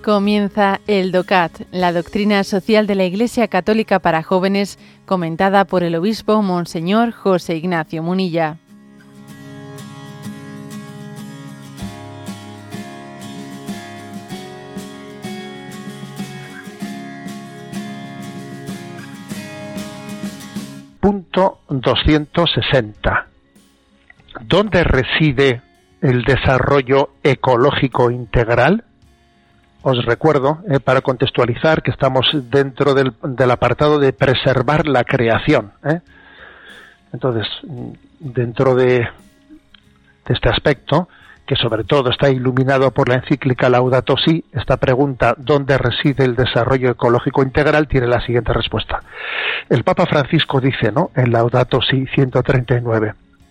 Comienza el DOCAT, la doctrina social de la Iglesia Católica para jóvenes, comentada por el obispo Monseñor José Ignacio Munilla. Punto 260. ¿Dónde reside el desarrollo ecológico integral? Os recuerdo, para contextualizar, que estamos dentro del apartado de preservar la creación. Entonces, dentro de este aspecto, que sobre todo está iluminado por la encíclica Laudato Si, esta pregunta, ¿dónde reside el desarrollo ecológico integral?, tiene la siguiente respuesta. El Papa Francisco dice, ¿no?, en Laudato Si 139,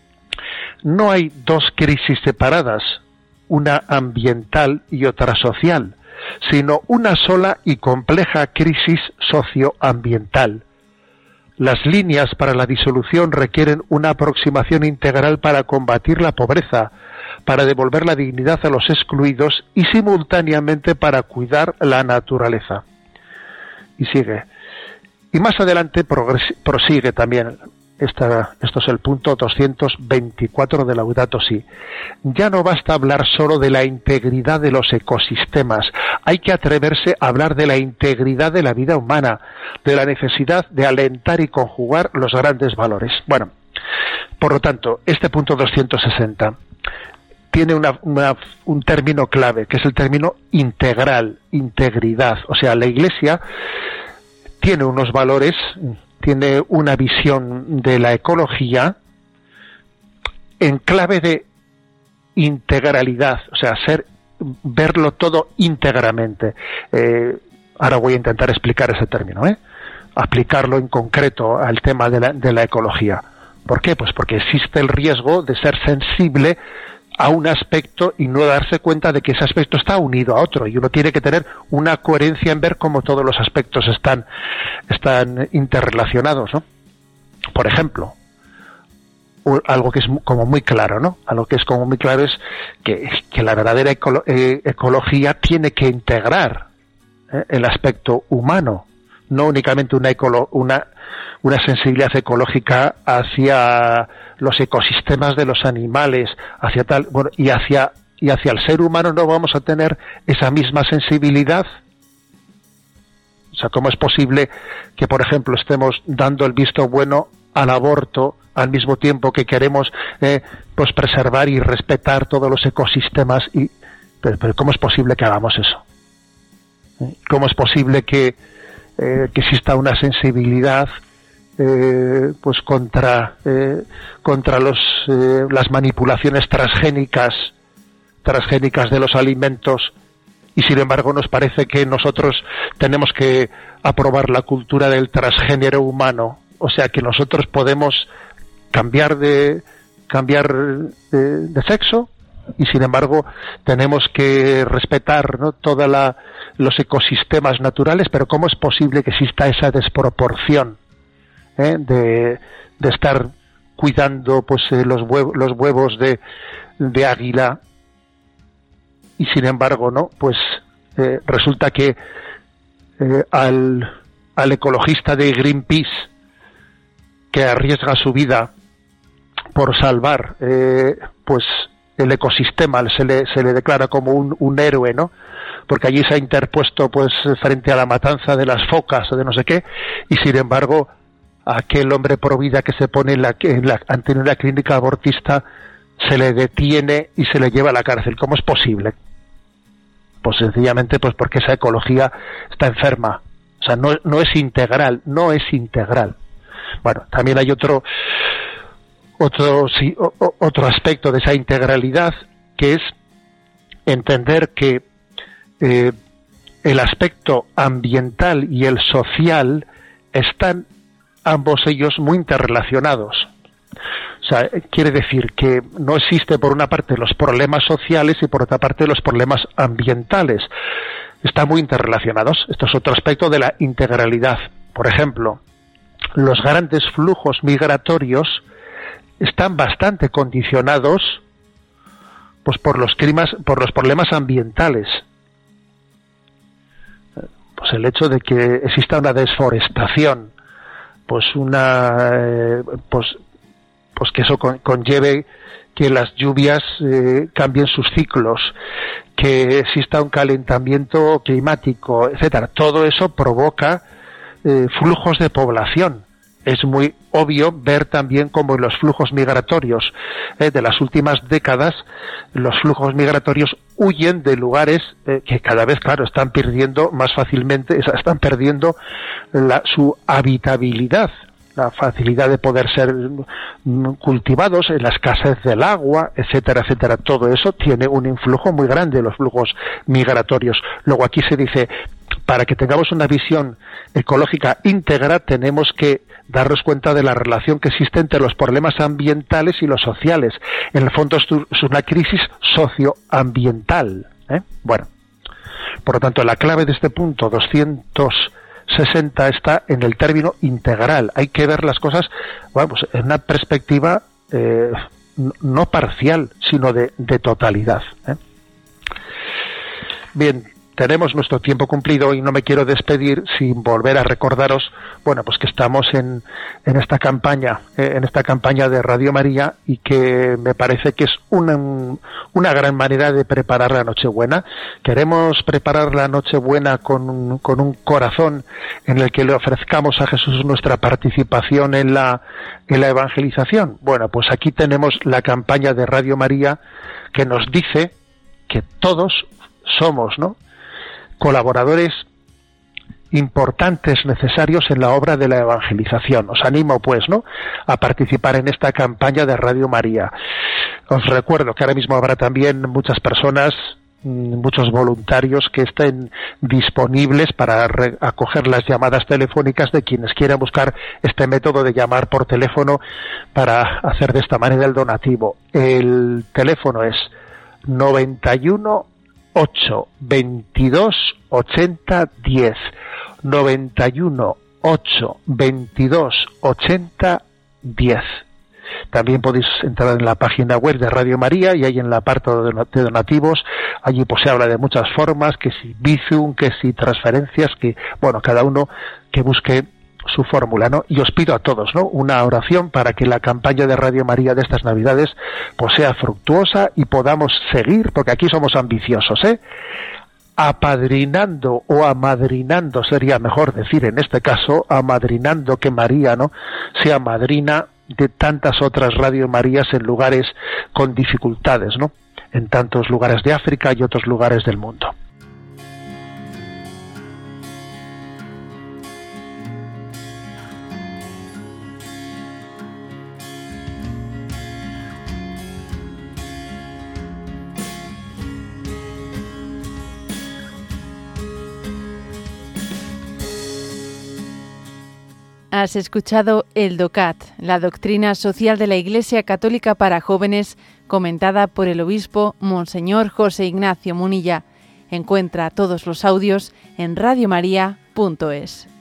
no hay dos crisis separadas, una ambiental y otra social, sino una sola y compleja crisis socioambiental. Las líneas para la disolución requieren una aproximación integral para combatir la pobreza, para devolver la dignidad a los excluidos y simultáneamente para cuidar la naturaleza. Y sigue. Y más adelante prosigue también. Esto es el punto 224 de Laudato Si. Ya no basta hablar solo de la integridad de los ecosistemas, hay que atreverse a hablar de la integridad de la vida humana, de la necesidad de alentar y conjugar los grandes valores. Bueno, por lo tanto, este punto 260 tiene un término clave, que es el término integral, integridad. O sea, la Iglesia tiene unos valores, tiene una visión de la ecología en clave de integralidad, o sea, verlo todo íntegramente. Ahora voy a intentar explicar ese término, aplicarlo en concreto al tema de la ecología. ¿Por qué? Pues porque existe el riesgo de ser sensible a un aspecto y no darse cuenta de que ese aspecto está unido a otro, y uno tiene que tener una coherencia en ver cómo todos los aspectos están interrelacionados, ¿no? Por ejemplo, algo que es como muy claro, ¿no? Algo que es como muy claro es que la verdadera ecología tiene que integrar el aspecto humano, no únicamente una sensibilidad ecológica hacia los ecosistemas de los animales, hacia tal, bueno, y hacia el ser humano no vamos a tener esa misma sensibilidad. O sea, ¿cómo es posible que, por ejemplo, estemos dando el visto bueno al aborto al mismo tiempo que queremos pues preservar y respetar todos los ecosistemas? Pero ¿cómo es posible que hagamos eso? ¿Cómo es posible que exista una sensibilidad pues contra las manipulaciones transgénicas de los alimentos, y sin embargo nos parece que nosotros tenemos que aprobar la cultura del transgénero humano? O sea, que nosotros podemos cambiar de sexo, y sin embargo tenemos que respetar, ¿no?, los ecosistemas naturales. Pero ¿cómo es posible que exista esa desproporción de estar cuidando pues los huevos de águila, y sin embargo, ¿no?, pues resulta que al ecologista de Greenpeace, que arriesga su vida por salvar pues el ecosistema, se le declara como un héroe, ¿no?, porque allí se ha interpuesto pues frente a la matanza de las focas o de no sé qué, y sin embargo aquel hombre pro vida que se pone ante una clínica abortista se le detiene y se le lleva a la cárcel. ¿Cómo es posible? Pues sencillamente pues porque esa ecología está enferma. O sea, no es integral. Bueno, también hay otro aspecto de esa integralidad, que es entender que el aspecto ambiental y el social están ambos ellos muy interrelacionados. O sea, quiere decir que no existe por una parte los problemas sociales y por otra parte los problemas ambientales. Están muy interrelacionados. Esto es otro aspecto de la integralidad. Por ejemplo, los grandes flujos migratorios están bastante condicionados pues por los problemas ambientales. pues el hecho de que exista una desforestación, pues pues que eso conlleve que las lluvias cambien sus ciclos, que exista un calentamiento climático, etcétera. Todo eso provoca flujos de población. Es muy obvio ver también cómo los flujos migratorios de las últimas décadas, los flujos migratorios huyen de lugares que cada vez, claro, están perdiendo más fácilmente, están perdiendo su habitabilidad, la facilidad de poder ser cultivados, la escasez del agua, etcétera, etcétera. Todo eso tiene un influjo muy grande, los flujos migratorios. Luego aquí se dice, para que tengamos una visión ecológica íntegra, tenemos que darnos cuenta de la relación que existe entre los problemas ambientales y los sociales. En el fondo es una crisis socioambiental, ¿eh? Bueno, por lo tanto, la clave de este punto 260 está en el término integral. Hay que ver las cosas, bueno, pues en una perspectiva no parcial, sino de totalidad, ¿eh? Bien, tenemos nuestro tiempo cumplido y no me quiero despedir sin volver a recordaros, bueno, pues que estamos en esta campaña de Radio María, y que me parece que es una gran manera de preparar la Nochebuena. Queremos preparar la Nochebuena con un corazón en el que le ofrezcamos a Jesús nuestra participación en la evangelización. Bueno, pues aquí tenemos la campaña de Radio María que nos dice que todos somos, ¿no?, colaboradores importantes, necesarios en la obra de la evangelización. Os animo, pues, ¿no?, a participar en esta campaña de Radio María. Os recuerdo que ahora mismo habrá también muchas personas, muchos voluntarios que estén disponibles para acoger las llamadas telefónicas de quienes quieran buscar este método de llamar por teléfono para hacer de esta manera el donativo. El teléfono es 91 8 22 80 10, 91 8 22 80 10. También podéis entrar en la página web de Radio María y ahí en la parte de donativos, allí pues se habla de muchas formas, que si Bizum, que si transferencias, que bueno, cada uno que busque su fórmula, ¿no? Y os pido a todos, ¿no?, una oración para que la campaña de Radio María de estas Navidades pues sea fructuosa y podamos seguir, porque aquí somos ambiciosos, apadrinando o amadrinando, sería mejor decir en este caso, amadrinando, que María, ¿no?, sea madrina de tantas otras Radio Marías en lugares con dificultades, ¿no?, en tantos lugares de África y otros lugares del mundo. Has escuchado el DOCAT, la doctrina social de la Iglesia Católica para jóvenes, comentada por el obispo Monseñor José Ignacio Munilla. Encuentra todos los audios en radiomaria.es.